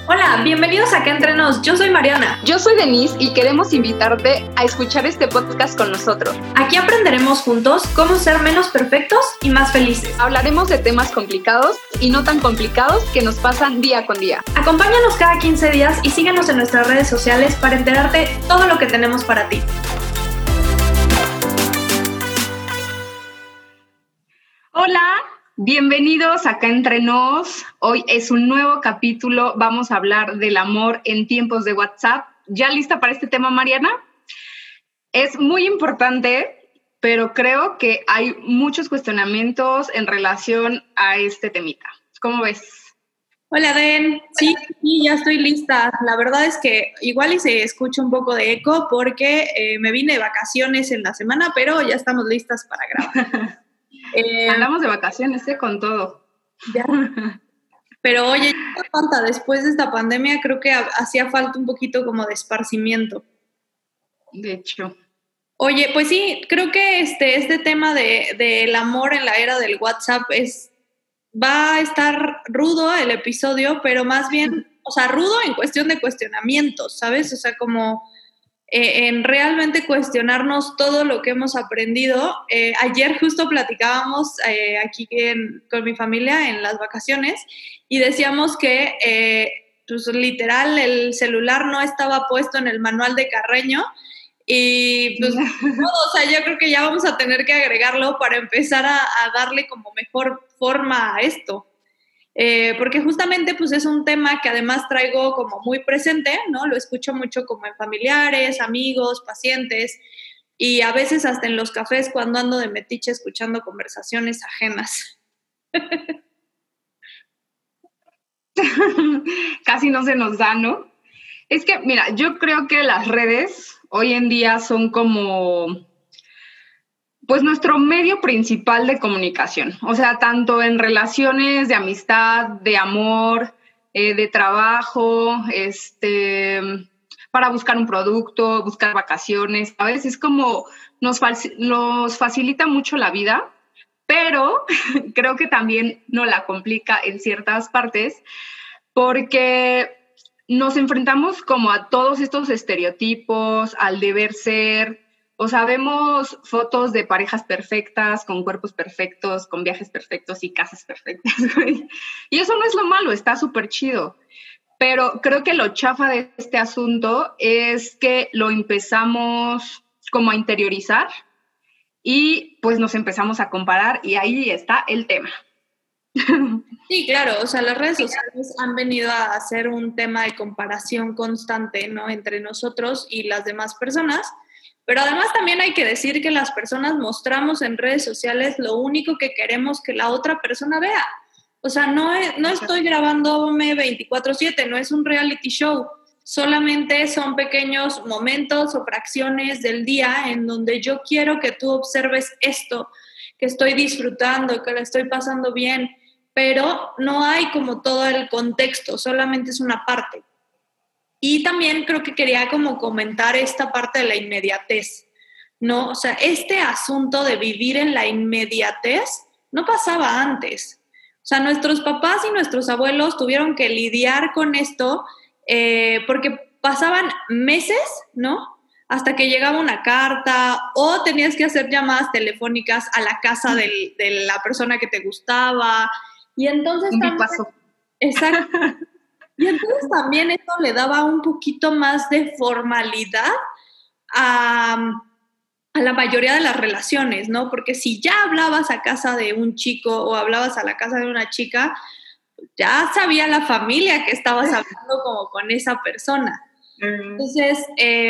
Hola, bienvenidos a Acá Entre Nos. Yo soy Mariana. Yo soy Denise y queremos invitarte a escuchar este podcast con nosotros. Aquí aprenderemos juntos cómo ser menos perfectos y más felices. Hablaremos de temas complicados y no tan complicados que nos pasan día con día. Acompáñanos cada 15 días y síguenos en nuestras redes sociales para enterarte todo lo que tenemos para ti. Hola, bienvenidos a Acá Entre Nos. Hoy es un nuevo capítulo. Vamos a hablar del amor en tiempos de WhatsApp. ¿Ya lista para este tema, Mariana? Es muy importante, pero creo que hay muchos cuestionamientos en relación a este temita. ¿Cómo ves? Hola, Den. Sí, ya estoy lista. La verdad es que igual y se escucha un poco de eco porque me vine de vacaciones en la semana, pero ya estamos listas para grabar. Andamos de vacaciones, con todo. Ya. Pero oye, falta, después de esta pandemia creo que hacía falta un poquito como de esparcimiento. De hecho. Oye, pues sí, creo que este tema del amor en la era del WhatsApp va a estar rudo el episodio, pero más bien, o sea, rudo en cuestión de cuestionamientos, ¿sabes? O sea, como en realmente cuestionarnos todo lo que hemos aprendido. Ayer justo platicábamos aquí con mi familia en las vacaciones y decíamos que pues literal el celular no estaba puesto en el manual de Carreño y pues o sea, yo creo que ya vamos a tener que agregarlo para empezar a darle como mejor forma a esto. Porque justamente pues es un tema que además traigo como muy presente, ¿no? Lo escucho mucho como en familiares, amigos, pacientes y a veces hasta en los cafés cuando ando de metiche escuchando conversaciones ajenas. Casi no se nos da, ¿no? Es que, mira, yo creo que las redes hoy en día son como pues nuestro medio principal de comunicación, o sea, tanto en relaciones de amistad, de amor, de trabajo, para buscar un producto, buscar vacaciones, ¿sabes? Es como nos facilita mucho la vida, pero creo que también nos la complica en ciertas partes porque nos enfrentamos como a todos estos estereotipos, al deber ser. O sea, vemos fotos de parejas perfectas, con cuerpos perfectos, con viajes perfectos y casas perfectas, güey. Y eso no es lo malo, está súper chido. Pero creo que lo chafa de este asunto es que lo empezamos como a interiorizar y pues nos empezamos a comparar y ahí está el tema. Sí, claro, o sea, las redes sociales han venido a hacer un tema de comparación constante, ¿no? Entre nosotros y las demás personas. Pero además también hay que decir que las personas mostramos en redes sociales lo único que queremos que la otra persona vea. O sea, no estoy grabándome 24/7, no es un reality show. Solamente son pequeños momentos o fracciones del día en donde yo quiero que tú observes esto, que estoy disfrutando, que la estoy pasando bien, pero no hay como todo el contexto, solamente es una parte. Y también creo que quería como comentar esta parte de la inmediatez, ¿no? O sea, este asunto de vivir en la inmediatez no pasaba antes. O sea, nuestros papás y nuestros abuelos tuvieron que lidiar con esto porque pasaban meses, ¿no? Hasta que llegaba una carta o tenías que hacer llamadas telefónicas a la casa de la persona que te gustaba. Y entonces también... Pasó. Exacto. Y entonces también eso le daba un poquito más de formalidad a la mayoría de las relaciones, ¿no? Porque si ya hablabas a casa de un chico o hablabas a la casa de una chica, ya sabía la familia que estabas hablando como con esa persona. Entonces,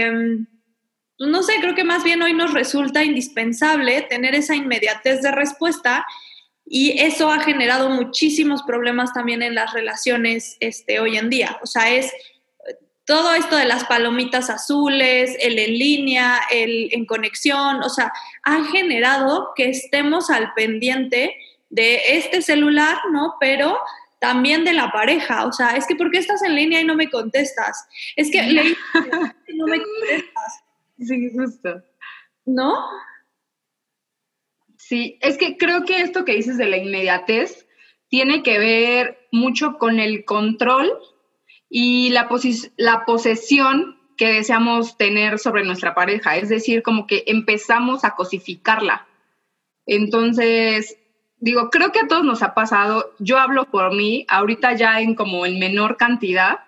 no sé, creo que más bien hoy nos resulta indispensable tener esa inmediatez de respuesta. Y eso ha generado muchísimos problemas también en las relaciones hoy en día. O sea, es todo esto de las palomitas azules, el en línea, el en conexión, o sea, ha generado que estemos al pendiente de este celular, ¿no? Pero también de la pareja. O sea, es que ¿por qué estás en línea y no me contestas? Es que leí y no me contestas. Sí, justo. ¿No? Sí, es que creo que esto que dices de la inmediatez tiene que ver mucho con el control y la posesión que deseamos tener sobre nuestra pareja, es decir, como que empezamos a cosificarla. Entonces, digo, creo que a todos nos ha pasado, yo hablo por mí, ahorita ya en menor cantidad,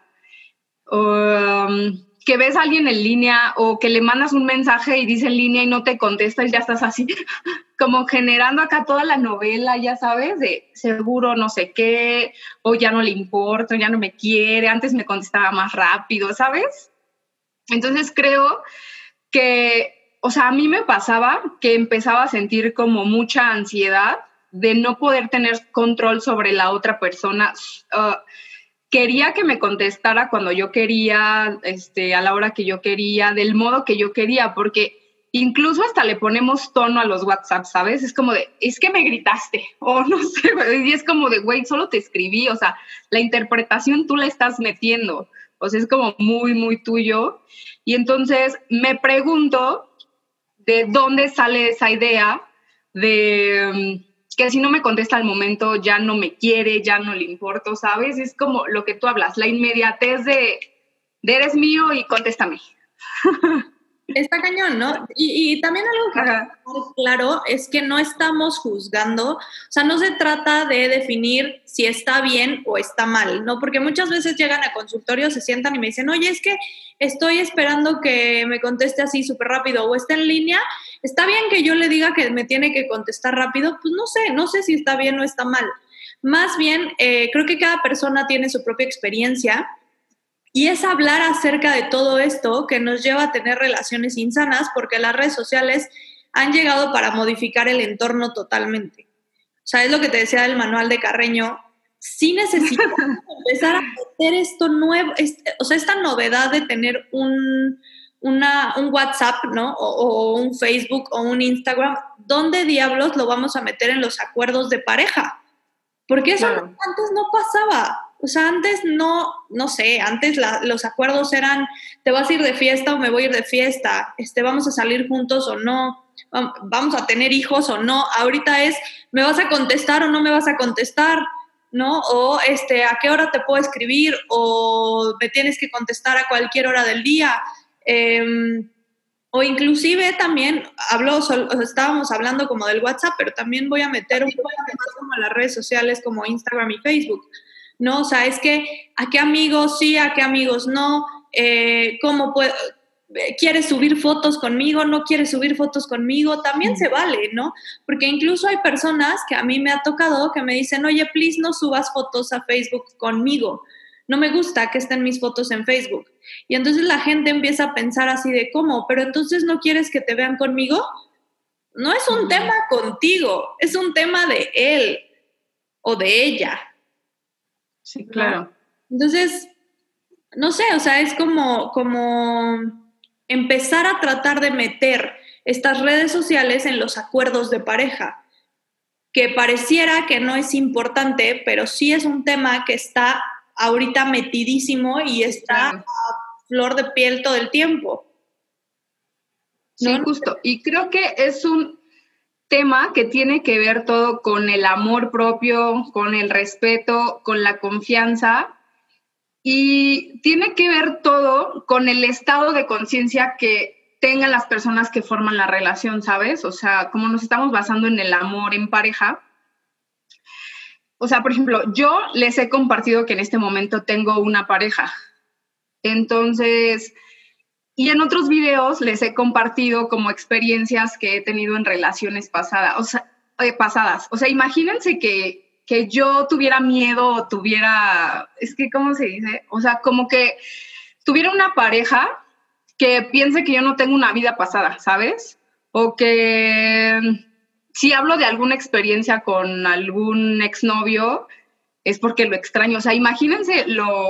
que ves a alguien en línea o que le mandas un mensaje y dice en línea y no te contesta y ya estás así, como generando acá toda la novela, ya sabes, de seguro no sé qué, o ya no le importa, ya no me quiere, antes me contestaba más rápido, ¿sabes? Entonces creo que, o sea, a mí me pasaba que empezaba a sentir como mucha ansiedad de no poder tener control sobre la otra persona. Quería que me contestara cuando yo quería, a la hora que yo quería, del modo que yo quería, porque incluso hasta le ponemos tono a los WhatsApp, ¿sabes? Es como de, es que me gritaste, o no sé, y es como de, güey, solo te escribí, o sea, la interpretación tú la estás metiendo, o sea, es como muy, muy tuyo. Y entonces me pregunto de dónde sale esa idea de que si no me contesta al momento ya no me quiere, ya no le importo, ¿sabes? Es como lo que tú hablas, la inmediatez de eres mío y contéstame. Está cañón, ¿no? Y también algo que Ajá. claro es que no estamos juzgando, o sea, no se trata de definir si está bien o está mal, ¿no? Porque muchas veces llegan a consultorio, se sientan y me dicen, oye, es que estoy esperando que me conteste así súper rápido o está en línea, ¿está bien que yo le diga que me tiene que contestar rápido? Pues no sé si está bien o está mal. Más bien, creo que cada persona tiene su propia experiencia. Y es hablar acerca de todo esto que nos lleva a tener relaciones insanas porque las redes sociales han llegado para modificar el entorno totalmente. O sea, es lo que te decía del manual de Carreño. Sí necesitamos empezar a meter esto nuevo, o sea, esta novedad de tener un WhatsApp, ¿no? O un Facebook o un Instagram. ¿Dónde diablos lo vamos a meter en los acuerdos de pareja? Porque eso Claro. antes no pasaba. O sea, antes no sé, antes los acuerdos eran, te vas a ir de fiesta o me voy a ir de fiesta, vamos a salir juntos o no, vamos a tener hijos o no. Ahorita es, ¿me vas a contestar o no me vas a contestar? ¿No? O ¿a qué hora te puedo escribir? O me tienes que contestar a cualquier hora del día. O inclusive también estábamos hablando como del WhatsApp, pero también voy a meter un poco más como las redes sociales como Instagram y Facebook, ¿no? O sea, es que ¿a qué amigos sí, a qué amigos no? ¿Cómo puedo? ¿Quieres subir fotos conmigo? ¿No quieres subir fotos conmigo? También se vale, ¿no? Porque incluso hay personas que a mí me ha tocado que me dicen, oye, please no subas fotos a Facebook conmigo. No me gusta que estén mis fotos en Facebook. Y entonces la gente empieza a pensar así de, ¿cómo? ¿Pero entonces no quieres que te vean conmigo? No es un tema contigo, es un tema de él o de ella. Sí, claro. ¿No? Entonces, no sé, o sea, es como empezar a tratar de meter estas redes sociales en los acuerdos de pareja, que pareciera que no es importante, pero sí es un tema que está ahorita metidísimo y está a flor de piel todo el tiempo. ¿No? Sí, justo. Y creo que es un tema que tiene que ver todo con el amor propio, con el respeto, con la confianza, y tiene que ver todo con el estado de conciencia que tengan las personas que forman la relación, ¿sabes? O sea, como nos estamos basando en el amor en pareja. O sea, por ejemplo, yo les he compartido que en este momento tengo una pareja. Entonces, y en otros videos les he compartido como experiencias que he tenido en relaciones pasadas. O sea, imagínense que yo tuviera miedo o tuviera, es que, ¿cómo se dice? O sea, como que tuviera una pareja que piense que yo no tengo una vida pasada, ¿sabes? O que si hablo de alguna experiencia con algún exnovio, es porque lo extraño. O sea, imagínense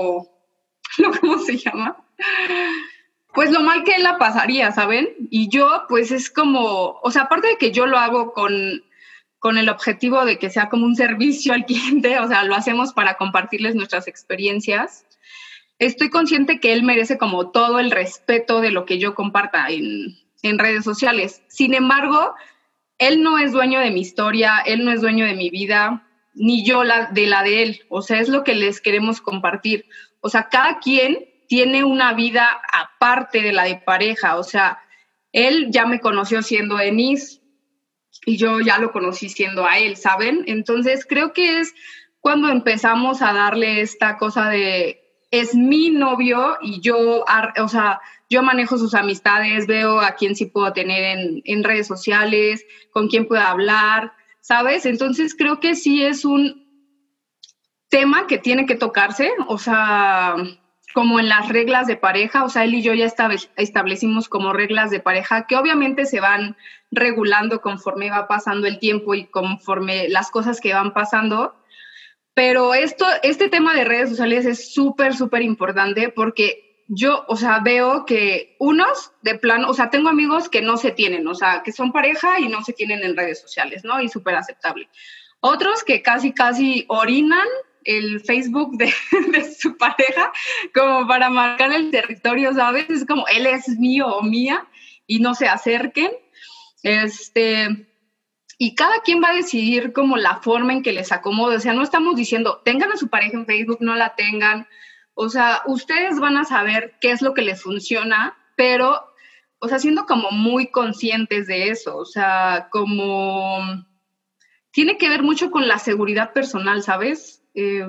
¿cómo se llama? Pues lo mal que él la pasaría, ¿saben? Y yo, pues es como, o sea, aparte de que yo lo hago con el objetivo de que sea como un servicio al cliente, o sea, lo hacemos para compartirles nuestras experiencias, estoy consciente que él merece como todo el respeto de lo que yo comparta en redes sociales. Sin embargo, él no es dueño de mi historia, él no es dueño de mi vida. ni yo la de él. O sea, es lo que les queremos compartir. O sea, cada quien tiene una vida aparte de la de pareja. O sea, él ya me conoció siendo Enis y yo ya lo conocí siendo a él, ¿saben? Entonces creo que es cuando empezamos a darle esta cosa de es mi novio y yo, o sea, yo manejo sus amistades, veo a quién sí puedo tener en redes sociales, con quién puedo hablar, ¿sabes? Entonces creo que sí es un tema que tiene que tocarse, o sea, como en las reglas de pareja, o sea, él y yo ya establecimos como reglas de pareja que obviamente se van regulando conforme va pasando el tiempo y conforme las cosas que van pasando, pero este tema de redes sociales es súper, súper importante porque yo, o sea, veo que unos de plano, o sea, tengo amigos que no se tienen, o sea, que son pareja y no se tienen en redes sociales, ¿no? Y súper aceptable. Otros que casi orinan el Facebook de su pareja como para marcar el territorio, ¿sabes? Es como, él es mío o mía y no se acerquen. Y cada quien va a decidir como la forma en que les acomode. O sea, no estamos diciendo, tengan a su pareja en Facebook, no la tengan. O sea, ustedes van a saber qué es lo que les funciona, pero, o sea, siendo como muy conscientes de eso. O sea, como tiene que ver mucho con la seguridad personal, ¿sabes?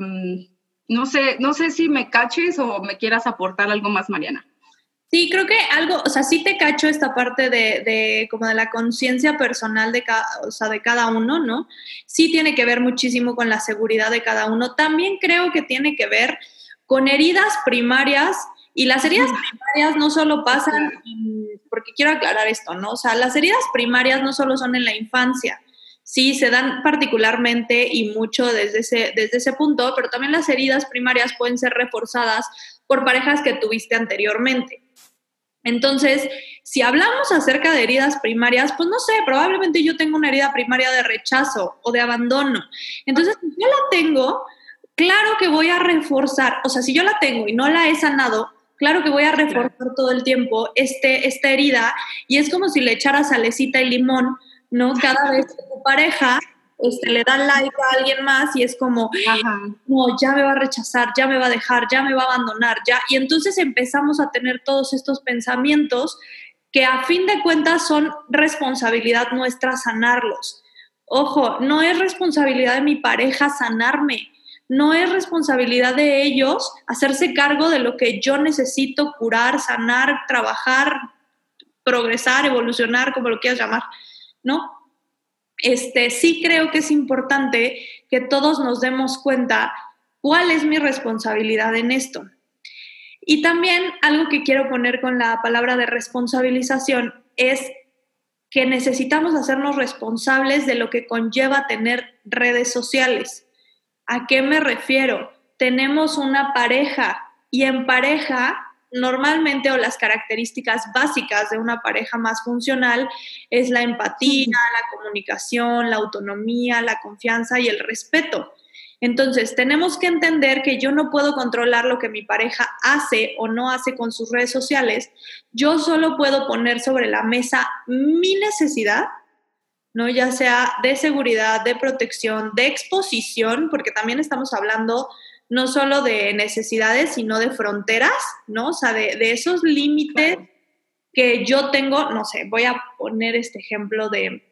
No sé si me caches o me quieras aportar algo más, Mariana. Sí, creo que algo, o sea, sí te cacho esta parte de como de la conciencia personal de cada uno, ¿no? Sí tiene que ver muchísimo con la seguridad de cada uno. También creo que tiene que ver con heridas primarias, y las heridas primarias no solo pasan, porque quiero aclarar esto, ¿no? O sea, las heridas primarias no solo son en la infancia, sí, se dan particularmente y mucho desde ese punto, pero también las heridas primarias pueden ser reforzadas por parejas que tuviste anteriormente. Entonces, si hablamos acerca de heridas primarias, pues no sé, probablemente yo tengo una herida primaria de rechazo o de abandono. Entonces, si yo la tengo, claro que voy a reforzar, o sea, si yo la tengo y no la he sanado, claro que voy a reforzar todo el tiempo esta herida, y es como si le echaras salecita y limón, ¿no? Cada vez que tu pareja le da like a alguien más y es como, no, ya me va a rechazar, ya me va a dejar, ya me va a abandonar, ya. Y entonces empezamos a tener todos estos pensamientos que a fin de cuentas son responsabilidad nuestra sanarlos. Ojo, no es responsabilidad de mi pareja sanarme, no es responsabilidad de ellos hacerse cargo de lo que yo necesito curar, sanar, trabajar, progresar, evolucionar, como lo quieras llamar, ¿no? Sí creo que es importante que todos nos demos cuenta cuál es mi responsabilidad en esto. Y también algo que quiero poner con la palabra de responsabilización es que necesitamos hacernos responsables de lo que conlleva tener redes sociales. ¿A qué me refiero? Tenemos una pareja y en pareja normalmente, o las características básicas de una pareja más funcional, es la empatía, la comunicación, la autonomía, la confianza y el respeto. Entonces, tenemos que entender que yo no puedo controlar lo que mi pareja hace o no hace con sus redes sociales. Yo solo puedo poner sobre la mesa mi necesidad, ¿no? Ya sea de seguridad, de protección, de exposición, porque también estamos hablando no solo de necesidades, sino de fronteras, ¿no? O sea, de esos límites que yo tengo, no sé, voy a poner este ejemplo de,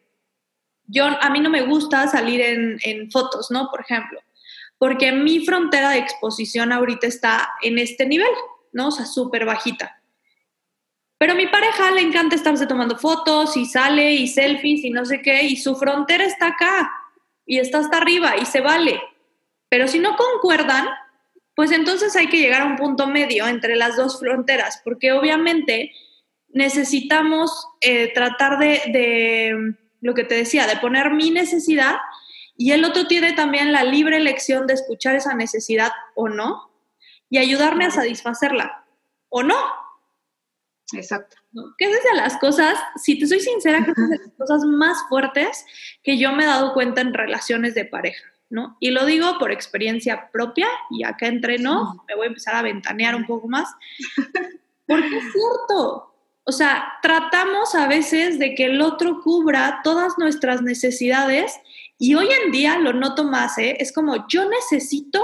a mí no me gusta salir en fotos, ¿no? Por ejemplo, porque mi frontera de exposición ahorita está en este nivel, ¿no? O sea, súper bajita. Pero a mi pareja le encanta estarse tomando fotos y sale y selfies y no sé qué, y su frontera está acá y está hasta arriba y se vale. Pero si no concuerdan, pues entonces hay que llegar a un punto medio entre las dos fronteras, porque obviamente necesitamos tratar de lo que te decía, de poner mi necesidad, y el otro tiene también la libre elección de escuchar esa necesidad o no, y ayudarme a satisfacerla, o no. Exacto. ¿No? Que es de las cosas, si te soy sincera, que es de las cosas más fuertes que yo me he dado cuenta en relaciones de pareja, ¿no? Y lo digo por experiencia propia, y acá entre nos, me voy a empezar a ventanear un poco más, porque es cierto. O sea, tratamos a veces de que el otro cubra todas nuestras necesidades Y hoy en día lo noto más, ¿eh? Es como, yo necesito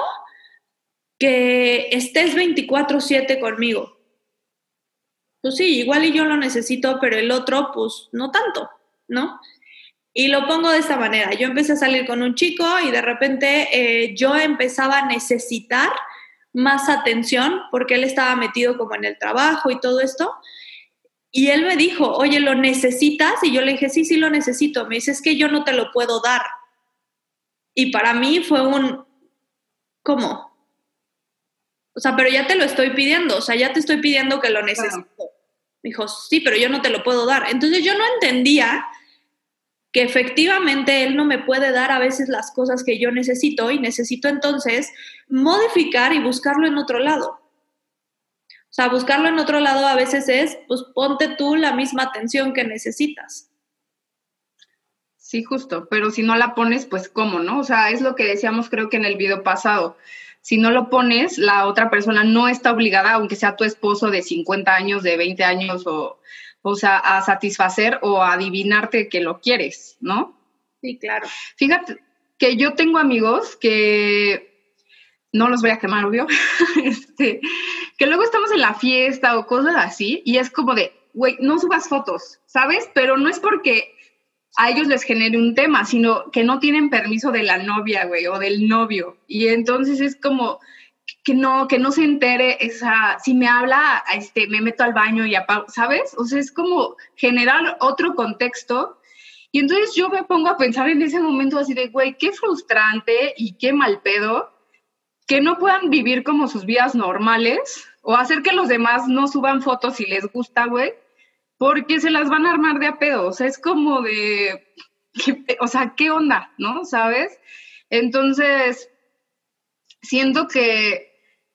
que estés 24/7 conmigo. Pues sí, igual y yo lo necesito, pero el otro, pues no tanto, ¿no? Y lo pongo de esta manera. Yo empecé a salir con un chico y de repente yo empezaba a necesitar más atención porque él estaba metido como en el trabajo y todo esto. Y él me dijo, oye, ¿lo necesitas? Y yo le dije, sí, sí lo necesito. Me dice, es que yo no te lo puedo dar. Y para mí fue ¿cómo? O sea, pero ya te lo estoy pidiendo, o sea, ya te estoy pidiendo que lo necesito. Claro. Me dijo, sí, pero yo no te lo puedo dar. Entonces yo no entendía que efectivamente él no me puede dar a veces las cosas que yo necesito y necesito entonces modificar y buscarlo en otro lado. O sea, buscarlo en otro lado a veces es, pues ponte tú la misma atención que necesitas. Sí, justo, pero si no la pones, pues ¿cómo, no? O sea, es lo que decíamos creo que en el video pasado. Si no lo pones, la otra persona no está obligada, aunque sea tu esposo de 50 años, de 20 años, o sea, a satisfacer o a adivinarte que lo quieres, ¿no? Sí, claro. Fíjate que yo tengo amigos que, no los voy a quemar, obvio, que luego estamos en la fiesta o cosas así, y es como de, güey, no subas fotos, ¿sabes? Pero no es porque a ellos les genere un tema, sino que no tienen permiso de la novia, güey, o del novio. Y entonces es como que no se entere si me habla, me meto al baño y apago, ¿sabes? O sea, es como generar otro contexto. Y entonces yo me pongo a pensar en ese momento así de, güey, qué frustrante y qué mal pedo que no puedan vivir como sus vidas normales o hacer que los demás no suban fotos si les gusta, güey, porque se las van a armar de a pedo. O sea, es como de, o sea, ¿qué onda? ¿No? ¿Sabes? Entonces, siento que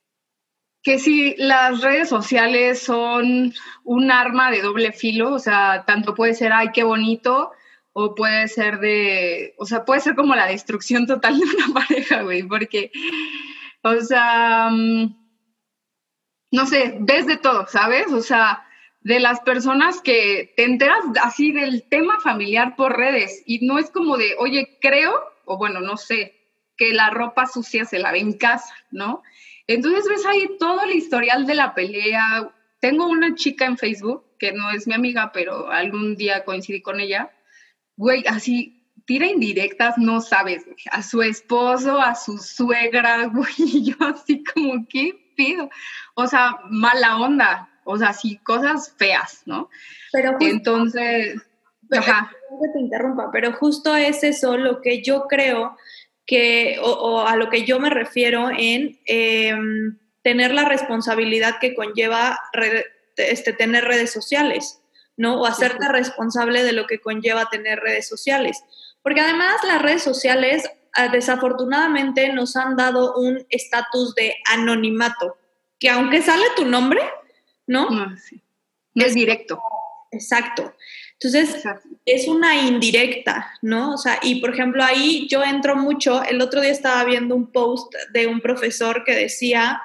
sí, las redes sociales son un arma de doble filo, o sea, tanto puede ser, ay, qué bonito, o puede ser puede ser como la destrucción total de una pareja, güey, porque, o sea, no sé, ves de todo, ¿sabes? O sea, de las personas que te enteras así del tema familiar por redes y no es como de, oye, creo, o bueno, no sé, que la ropa sucia se lave en casa, ¿no? Entonces ves ahí todo el historial de la pelea. Tengo una chica en Facebook, que no es mi amiga, pero algún día coincidí con ella, güey, así tira indirectas, no sabes, güey, a su esposo, a su suegra, güey, y yo así como, ¿qué pido? O sea, mala onda, o sea, sí, cosas feas, ¿no? Pero justo, entonces, ajá. Que te interrumpa, pero justo es eso lo que yo creo que, o a lo que yo me refiero en tener la responsabilidad que conlleva tener redes sociales, ¿no? O hacerte responsable de lo que conlleva tener redes sociales. Porque además las redes sociales desafortunadamente nos han dado un estatus de anonimato, que aunque sale tu nombre, ¿no? No, sí. No es directo. Exacto. Entonces, es una indirecta, ¿no? O sea, y por ejemplo, ahí yo entro mucho. El otro día estaba viendo un post de un profesor que decía,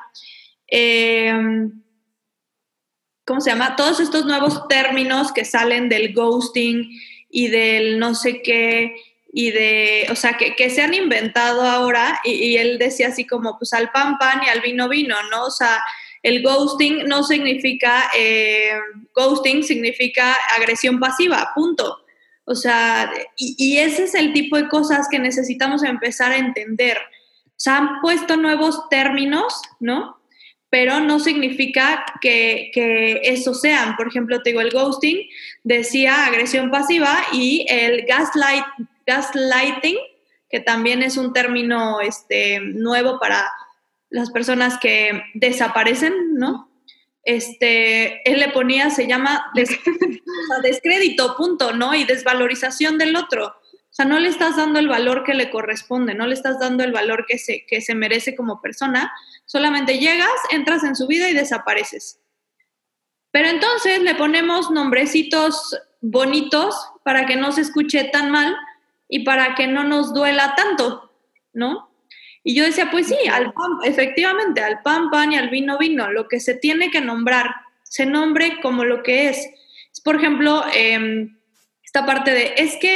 ¿cómo se llama? Todos estos nuevos términos que salen del ghosting y del no sé qué, y o sea, que se han inventado ahora, y él decía así como, pues al pan pan y al vino vino, ¿no? O sea, el ghosting no significa, ghosting significa agresión pasiva, punto. O sea, y ese es el tipo de cosas que necesitamos empezar a entender. O sea, han puesto nuevos términos, ¿no? Pero no significa que eso sean. Por ejemplo, te digo, el ghosting decía agresión pasiva y el gaslighting, que también es un término nuevo para las personas que desaparecen, ¿no? Él le ponía, se llama descrédito, punto, ¿no? Y desvalorización del otro. O sea, no le estás dando el valor que le corresponde, no le estás dando el valor que se merece como persona, solamente llegas, entras en su vida y desapareces. Pero entonces le ponemos nombrecitos bonitos para que no se escuche tan mal y para que no nos duela tanto, ¿no? Y yo decía, pues sí, efectivamente, al pan, pan y al vino, vino. Lo que se tiene que nombrar, se nombre como lo que es. Por ejemplo, esta parte de, es que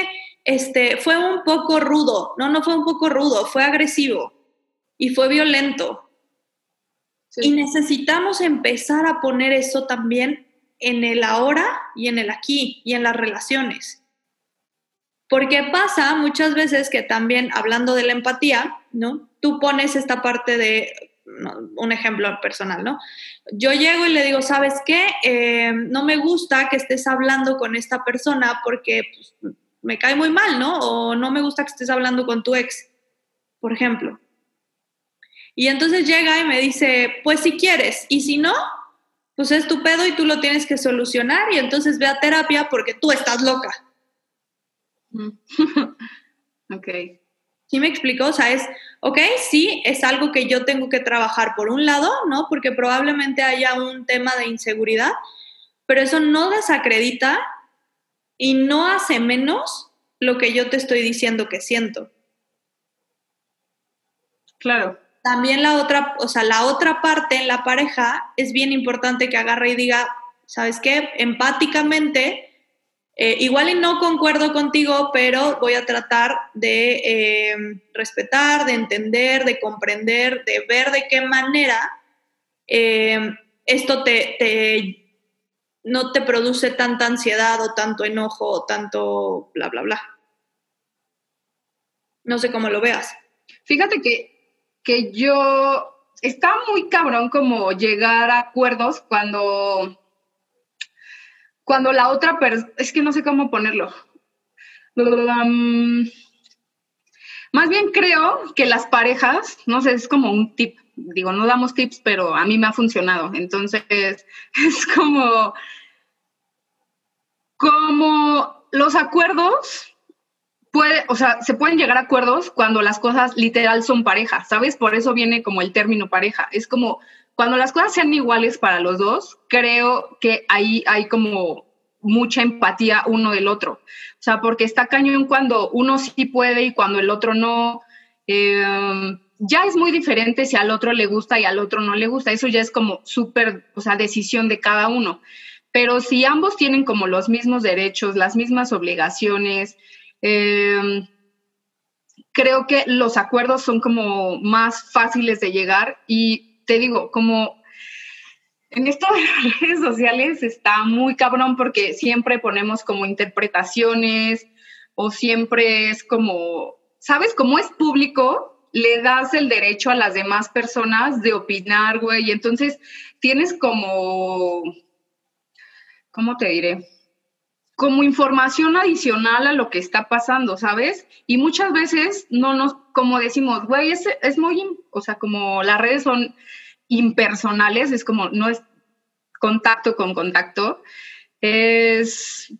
fue un poco rudo. No fue un poco rudo, fue agresivo y fue violento. Sí. Y necesitamos empezar a poner eso también en el ahora y en el aquí y en las relaciones. Porque pasa muchas veces que también, hablando de la empatía, ¿no? Tú pones esta parte de, un ejemplo personal, ¿no? Yo llego y le digo, ¿sabes qué? No me gusta que estés hablando con esta persona porque pues, me cae muy mal, ¿no? O no me gusta que estés hablando con tu ex, por ejemplo. Y entonces llega y me dice, pues si quieres, y si no, pues es tu pedo y tú lo tienes que solucionar y entonces ve a terapia porque tú estás loca. Ok. ¿Sí me explico? O sea, sí, es algo que yo tengo que trabajar por un lado, ¿no? Porque probablemente haya un tema de inseguridad, pero eso no desacredita y no hace menos lo que yo te estoy diciendo que siento. Claro. También la otra parte en la pareja es bien importante que agarre y diga, ¿sabes qué? Empáticamente, igual y no concuerdo contigo, pero voy a tratar de respetar, de entender, de comprender, de ver de qué manera esto no te produce tanta ansiedad o tanto enojo o tanto bla, bla, bla. No sé cómo lo veas. Fíjate que yo... Está muy cabrón como llegar a acuerdos cuando la otra persona... Es que no sé cómo ponerlo. Más bien creo que las parejas, no sé, es como un tip. Digo, no damos tips, pero a mí me ha funcionado. Entonces, es como los acuerdos... se pueden llegar a acuerdos cuando las cosas literal son pareja, ¿sabes? Por eso viene como el término pareja. Es como cuando las cosas sean iguales para los dos, creo que ahí hay como mucha empatía uno del otro. O sea, porque está cañón cuando uno sí puede y cuando el otro no. Ya es muy diferente si al otro le gusta y al otro no le gusta. Eso ya es como súper, decisión de cada uno. Pero si ambos tienen como los mismos derechos, las mismas obligaciones, creo que los acuerdos son como más fáciles de llegar y te digo, como en esto de las redes sociales está muy cabrón porque siempre ponemos como interpretaciones o siempre es como, ¿sabes? Como es público, le das el derecho a las demás personas de opinar, güey, y entonces tienes como, ¿cómo te diré? Como información adicional a lo que está pasando, ¿sabes? Y muchas veces como decimos, güey, es muy, como las redes son impersonales, es como, no es contacto con contacto, es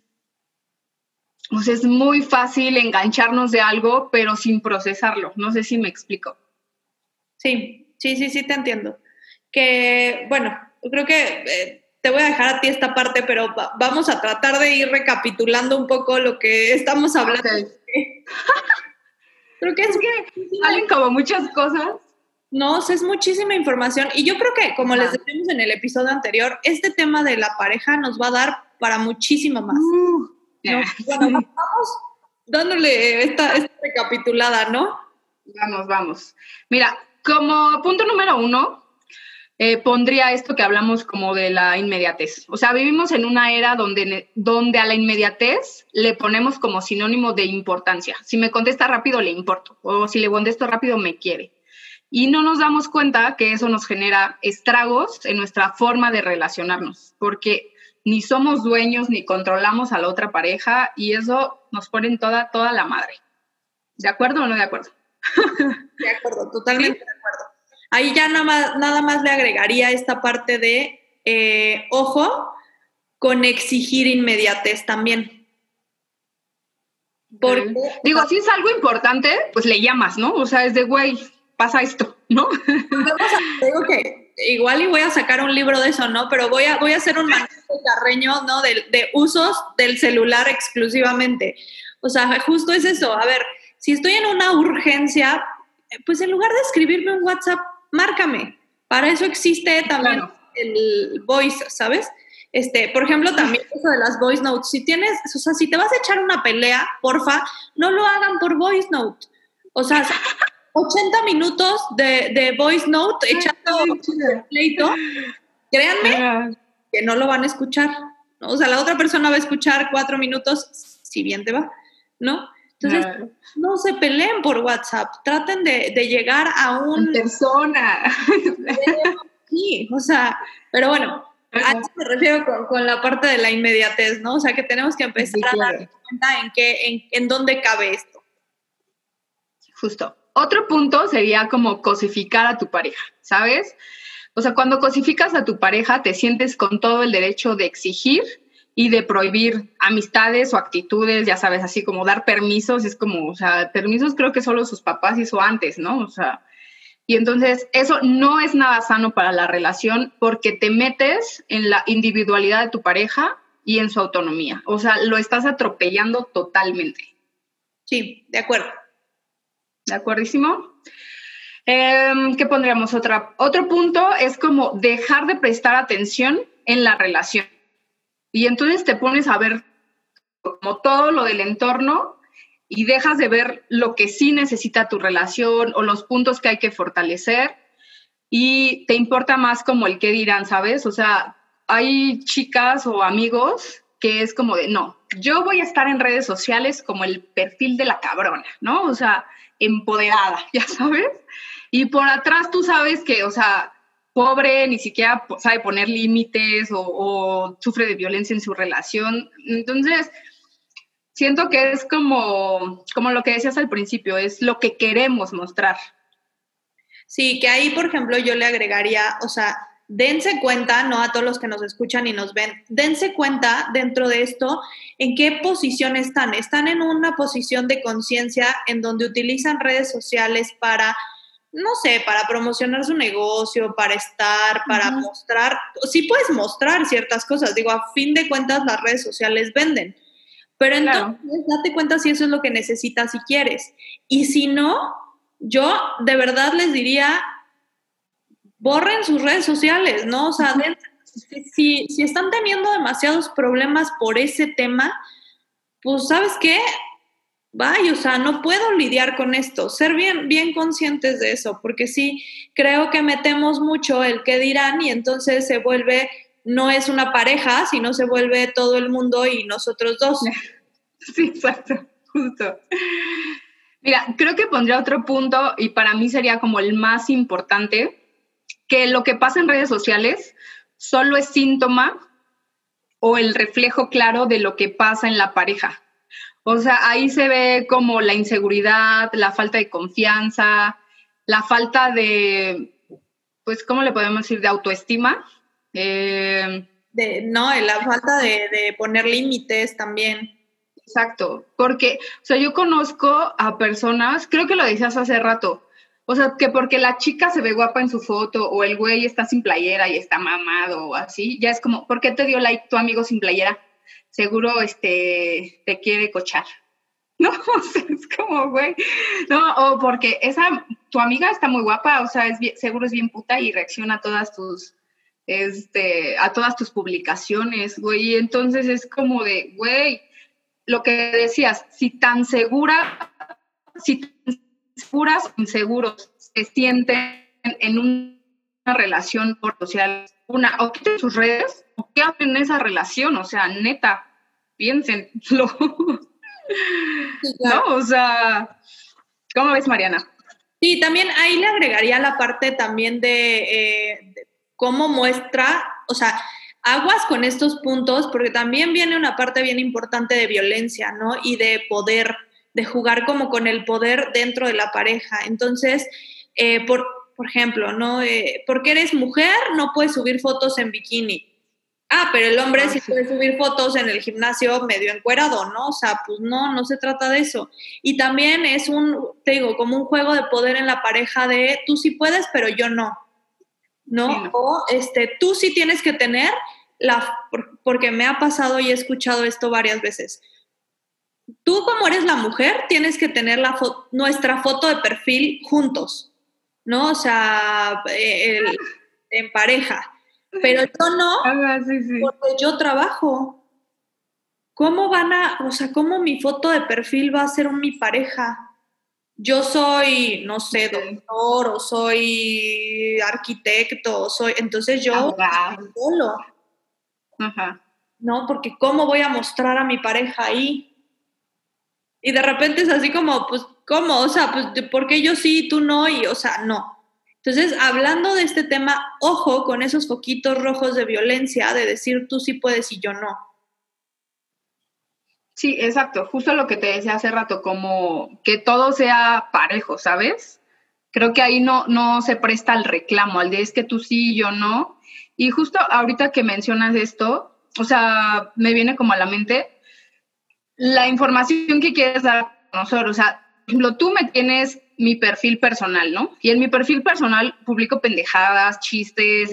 muy fácil engancharnos de algo, pero sin procesarlo. No sé si me explico. Sí, te entiendo. Que, bueno, creo que te voy a dejar a ti esta parte, pero vamos a tratar de ir recapitulando un poco lo que estamos hablando. Okay. Creo que es que salen como muchas cosas. No, es muchísima información. Y yo creo que, como les decíamos en el episodio anterior, este tema de la pareja nos va a dar para muchísimo más. ¿No? Bueno, vamos dándole esta recapitulada, ¿no? Vamos. Mira, como punto número 1, pondría esto que hablamos como de la inmediatez. O sea, vivimos en una era donde a la inmediatez le ponemos como sinónimo de importancia. Si me contesta rápido, le importo. O si le contesto rápido, me quiere. Y no nos damos cuenta que eso nos genera estragos en nuestra forma de relacionarnos, porque ni somos dueños ni controlamos a la otra pareja y eso nos pone en toda la madre. ¿De acuerdo o no de acuerdo? De acuerdo, totalmente de acuerdo. Ahí ya nada más le agregaría esta parte de, ojo, con exigir inmediatez también. Porque, digo, si es algo importante, pues le llamas, ¿no? O sea, es de, güey, pasa esto, ¿no? Digo que igual y voy a sacar un libro de eso, ¿no? Pero voy a hacer un manual de Carreño, ¿no? De usos del celular exclusivamente. O sea, justo es eso. A ver, si estoy en una urgencia, pues en lugar de escribirme un WhatsApp, márcame. Para eso existe también el voice, ¿sabes? Por ejemplo, también eso de las voice notes. Si tienes, o sea, si te vas a echar una pelea, porfa, no lo hagan por voice note. O sea, 80 minutos de voice note echando pleito, créanme que no lo van a escuchar, ¿no? O sea, la otra persona va a escuchar 4 minutos, si bien te va, ¿no? Entonces, no se peleen por WhatsApp, traten de llegar a un... En persona. Sí, o sea, pero bueno, a eso me refiero con la parte de la inmediatez, ¿no? O sea, que tenemos que empezar a darnos cuenta en dónde cabe esto. Justo. Otro punto sería como cosificar a tu pareja, ¿sabes? O sea, cuando cosificas a tu pareja, te sientes con todo el derecho de exigir y de prohibir amistades o actitudes, ya sabes, así como dar permisos, es como, o sea, permisos creo que solo sus papás hizo antes, ¿no? O sea, y entonces eso no es nada sano para la relación porque te metes en la individualidad de tu pareja y en su autonomía. O sea, lo estás atropellando totalmente. Sí, de acuerdo. ¿De acuerdísimo? ¿Qué pondríamos? Otro punto es como dejar de prestar atención en la relación. Y entonces te pones a ver como todo lo del entorno y dejas de ver lo que sí necesita tu relación o los puntos que hay que fortalecer y te importa más como el qué dirán, ¿sabes? O sea, hay chicas o amigos que es como de, no, yo voy a estar en redes sociales como el perfil de la cabrona, ¿no? O sea, empoderada, ya sabes. Y por atrás tú sabes que, o sea, pobre, ni siquiera sabe poner límites o sufre de violencia en su relación. Entonces, siento que es como lo que decías al principio, es lo que queremos mostrar. Sí, que ahí, por ejemplo, yo le agregaría, o sea, dense cuenta, no a todos los que nos escuchan y nos ven, dense cuenta dentro de esto en qué posición están. Están en una posición de conciencia en donde utilizan redes sociales para, no sé, para promocionar su negocio, para estar, para mostrar. Sí puedes mostrar ciertas cosas, digo, a fin de cuentas las redes sociales venden. Pero entonces, date cuenta si eso es lo que necesitas y quieres. Y si no, yo de verdad les diría, borren sus redes sociales, ¿no? O sea, si están teniendo demasiados problemas por ese tema, pues, ¿sabes qué? Vaya, o sea, no puedo lidiar con esto. Ser bien conscientes de eso, porque sí, creo que metemos mucho el qué dirán y entonces se vuelve, no es una pareja, sino se vuelve todo el mundo y nosotros dos. Sí, exacto, justo. Mira, creo que pondría otro punto y para mí sería como el más importante, que lo que pasa en redes sociales solo es síntoma o el reflejo claro de lo que pasa en la pareja. O sea, ahí se ve como la inseguridad, la falta de confianza, la falta de, pues, ¿cómo le podemos decir? De autoestima. La falta de poner límites también. Exacto, porque, o sea, yo conozco a personas, creo que lo decías hace rato, o sea, que porque la chica se ve guapa en su foto o el güey está sin playera y está mamado o así, ya es como, ¿por qué te dio like tu amigo sin playera? Seguro te quiere cochar. No, o sea, es como, güey, no, o porque tu amiga está muy guapa, o sea, seguro es bien puta y reacciona a todas tus publicaciones, güey, y entonces es como de, güey, lo que decías, si tan seguras o inseguros se sienten en una relación por social, o quiten sus redes, o qué hacen en esa relación, o sea, neta, piénsenlo. Sí, claro. ¿No? O sea, ¿cómo ves, Mariana? Sí, también ahí le agregaría la parte también de cómo muestra, o sea, aguas con estos puntos, porque también viene una parte bien importante de violencia, ¿no? Y de poder, de jugar como con el poder dentro de la pareja. Entonces, por ejemplo, ¿no? Porque eres mujer, no puedes subir fotos en bikini. Ah, pero el hombre sí puede subir fotos en el gimnasio medio encuerado, ¿no? O sea, pues no se trata de eso. Y también es como un juego de poder en la pareja de tú sí puedes, pero yo no. ¿No? Sí, no. O tú sí tienes que tener porque me ha pasado y he escuchado esto varias veces. Tú, como eres la mujer, tienes que tener nuestra foto de perfil juntos, ¿no? O sea, en pareja. pero yo no, Sí, sí. porque yo trabajo. ¿Cómo cómo mi foto de perfil va a ser mi pareja? Yo soy, no sé, Sí. doctor o soy arquitecto, entonces yo Abogado. solo, Ajá. ¿no? Porque ¿cómo voy a mostrar a mi pareja ahí? Y de repente es así como, pues, ¿cómo? O sea, pues, ¿por qué yo sí y tú no? Y, o sea, no. Entonces, hablando de este tema, ojo con esos foquitos rojos de violencia, de decir tú sí puedes y yo no. Sí, exacto. Justo lo que te decía hace rato, como que todo sea parejo, ¿sabes? Creo que ahí no se presta al reclamo, al de es que tú sí, yo no. Y justo ahorita que mencionas esto, o sea, me viene como a la mente la información que quieres dar a nosotros. O sea, por ejemplo, tú me tienes mi perfil personal, ¿no? Y en mi perfil personal publico pendejadas, chistes,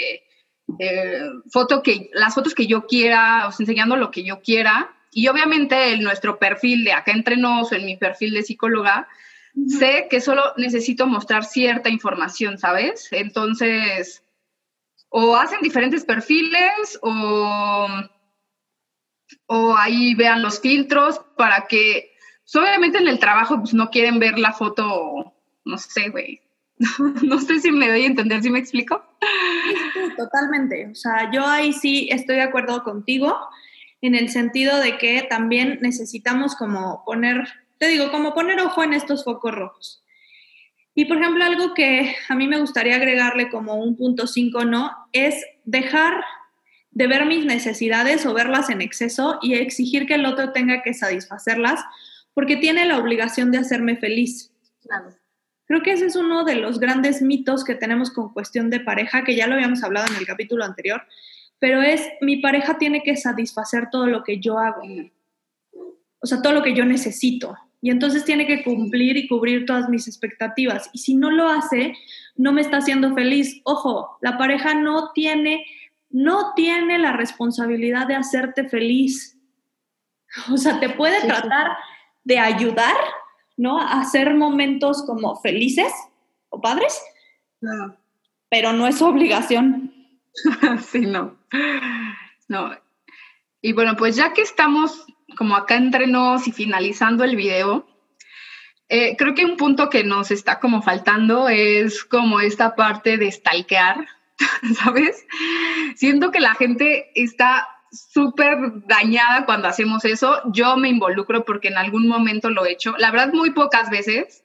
las fotos que yo quiera, o sea, enseñando lo que yo quiera. Y obviamente en nuestro perfil de acá entre nos, o en mi perfil de psicóloga, sé que solo necesito mostrar cierta información, ¿sabes? Entonces, o hacen diferentes perfiles o ahí vean los filtros para que, pues obviamente en el trabajo pues no quieren ver la foto, no sé, güey. No sé si me doy a entender, ¿sí me explico? Sí, sí, sí, totalmente. O sea, yo ahí sí estoy de acuerdo contigo en el sentido de que también necesitamos como poner, te digo, como poner ojo en estos focos rojos. Y por ejemplo, algo que a mí me gustaría agregarle como un punto 5, ¿no? Es dejar de ver mis necesidades o verlas en exceso y exigir que el otro tenga que satisfacerlas porque tiene la obligación de hacerme feliz. Claro. Creo que ese es uno de los grandes mitos que tenemos con cuestión de pareja, que ya lo habíamos hablado en el capítulo anterior, pero es mi pareja tiene que satisfacer todo lo que yo hago, o sea, todo lo que yo necesito. Y entonces tiene que cumplir y cubrir todas mis expectativas. Y si no lo hace, no me está haciendo feliz. Ojo, la pareja no tiene la responsabilidad de hacerte feliz. O sea, te puede tratar de ayudar, ¿no? A hacer momentos como felices o padres, No. pero no es su obligación. Sí, no. No. Y bueno, pues ya que estamos como acá entre nos y finalizando el video, creo que un punto que nos está como faltando es como esta parte de stalkear, ¿sabes? Siento que la gente está súper dañada cuando hacemos eso. Yo me involucro porque en algún momento lo he hecho, la verdad muy pocas veces,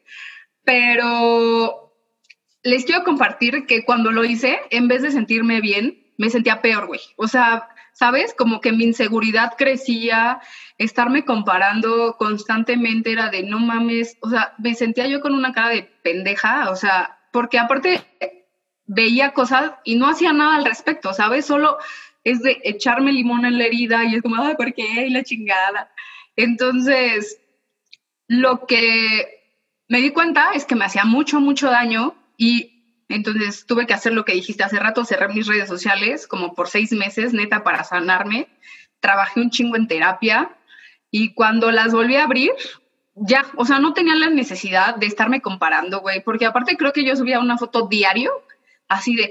pero les quiero compartir que cuando lo hice, en vez de sentirme bien, me sentía peor, güey. O sea, ¿sabes? Como que mi inseguridad crecía, estarme comparando constantemente era de no mames, o sea, me sentía yo con una cara de pendeja, o sea, porque aparte veía cosas y no hacía nada al respecto, ¿sabes? Solo es de echarme limón en la herida y es como, ay, ¿por qué? Y la chingada. Entonces, lo que me di cuenta es que me hacía mucho, mucho daño y entonces tuve que hacer lo que dijiste hace rato, cerrar mis redes sociales como por 6 meses, neta, para sanarme. Trabajé un chingo en terapia y cuando las volví a abrir, ya, o sea, no tenía la necesidad de estarme comparando, güey, porque aparte creo que yo subía una foto diario, así de,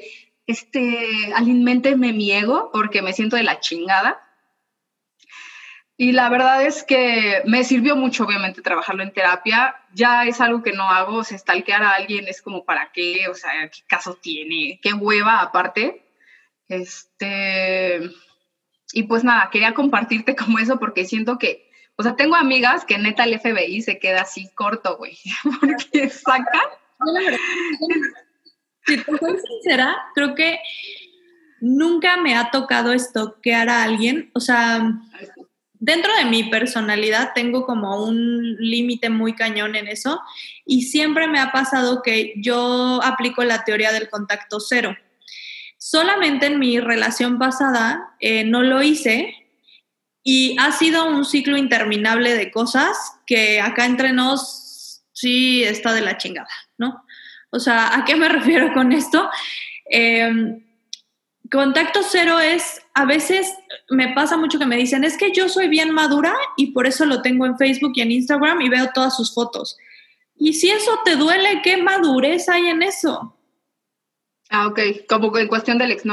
aliménteme mi ego porque me siento de la chingada. Y la verdad es que me sirvió mucho, obviamente, trabajarlo en terapia. Ya es algo que no hago, o sea, stalkear a alguien es como para qué, o sea, qué caso tiene, qué hueva aparte. Y pues nada, quería compartirte como eso porque siento que, o sea, tengo amigas que neta el FBI se queda así corto, güey, porque sacan. Yo la verdad, si te soy sincera, creo que nunca me ha tocado stalkear a alguien. O sea, dentro de mi personalidad tengo como un límite muy cañón en eso y siempre me ha pasado que yo aplico la teoría del contacto cero. Solamente en mi relación pasada no lo hice y ha sido un ciclo interminable de cosas que acá entre nos sí está de la chingada, ¿no? O sea, ¿a qué me refiero con esto? Eh, Contacto cero es, a veces me pasa mucho que me dicen, es que yo soy bien madura y por eso lo tengo en Facebook y en Instagram y veo todas sus fotos. Y si eso te duele, ¿qué madurez hay en eso? Ah, ok, como en cuestión del exnovio.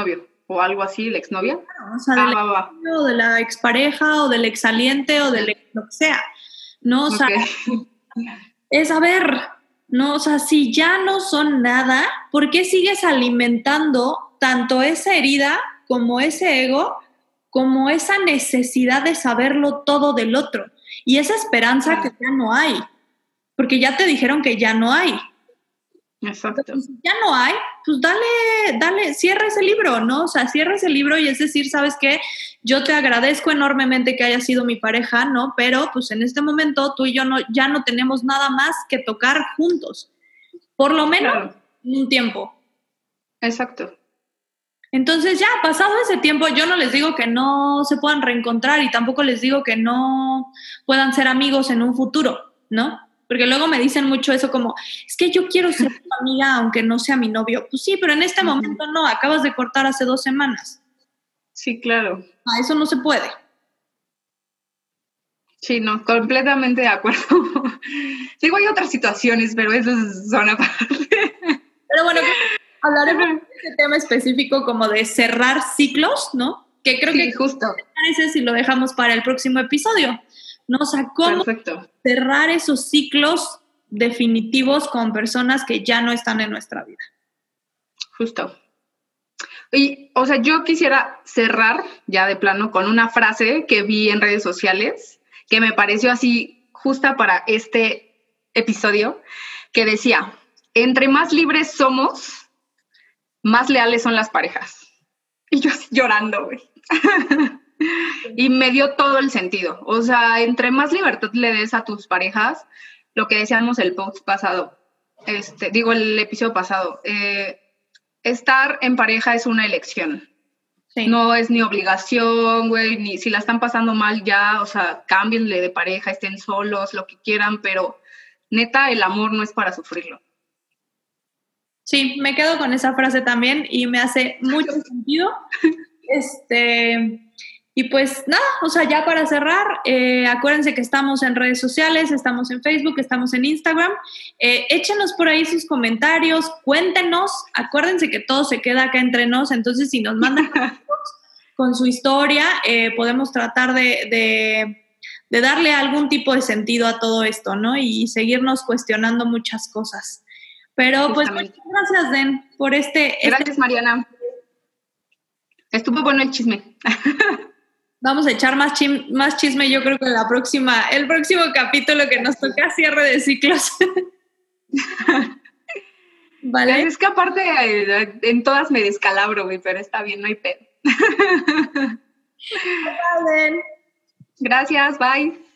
o algo así, la exnovia. O sea, o de la expareja, o del exsaliente, o del lo que sea, ¿no? O sea, es a ver, ¿no? O sea, si ya no son nada, ¿por qué sigues alimentando tanto esa herida como ese ego, como esa necesidad de saberlo todo del otro? Y esa esperanza que ya no hay, porque ya te dijeron que ya no hay. Exacto. Entonces, si ya no hay, pues dale, cierra ese libro, ¿no? O sea, cierra ese libro y es decir, ¿sabes qué? Yo te agradezco enormemente que hayas sido mi pareja, ¿no? Pero pues en este momento tú y yo ya no tenemos nada más que tocar juntos. Por lo menos un tiempo. Exacto. Entonces ya, pasado ese tiempo, yo no les digo que no se puedan reencontrar y tampoco les digo que no puedan ser amigos en un futuro, ¿no? Porque luego me dicen mucho eso como, es que yo quiero ser tu amiga aunque no sea mi novio. Pues sí, pero en este momento no, acabas de cortar hace 2 semanas. Sí, claro. Eso no se puede. Sí, no, completamente de acuerdo. Digo, hay otras situaciones, pero eso son aparte. Pero bueno, hablaremos de este tema específico como de cerrar ciclos, ¿no? Que creo que justo. ¿Qué parece si lo dejamos para el próximo episodio? ¿No? O sea, cómo cerrar esos ciclos definitivos con personas que ya no están en nuestra vida. Justo. Y, o sea, yo quisiera cerrar ya de plano con una frase que vi en redes sociales que me pareció así justa para este episodio, que decía, entre más libres somos, más leales son las parejas. Y yo así llorando, güey. Y me dio todo el sentido. O sea, entre más libertad le des a tus parejas, lo que decíamos el post pasado, el episodio pasado, estar en pareja es una elección. Sí. No es ni obligación, güey, ni si la están pasando mal ya, o sea, cámbienle de pareja, estén solos, lo que quieran, pero neta, el amor no es para sufrirlo. Sí, me quedo con esa frase también y me hace mucho sentido. Y pues nada, o sea, ya para cerrar, acuérdense que estamos en redes sociales, estamos en Facebook, estamos en Instagram. Échenos por ahí sus comentarios, cuéntenos. Acuérdense que todo se queda acá entre nos, entonces si nos mandan con su historia, podemos tratar de darle algún tipo de sentido a todo esto, ¿no? Y seguirnos cuestionando muchas cosas. Pero pues muchas gracias, Den, por Gracias, Mariana. Estuvo bueno el chisme. Vamos a echar más chisme, yo creo que el próximo capítulo que nos toca cierre de ciclos. ¿Vale? Es que aparte en todas me descalabro, güey, pero está bien, no hay pedo. Bye, Gracias, bye.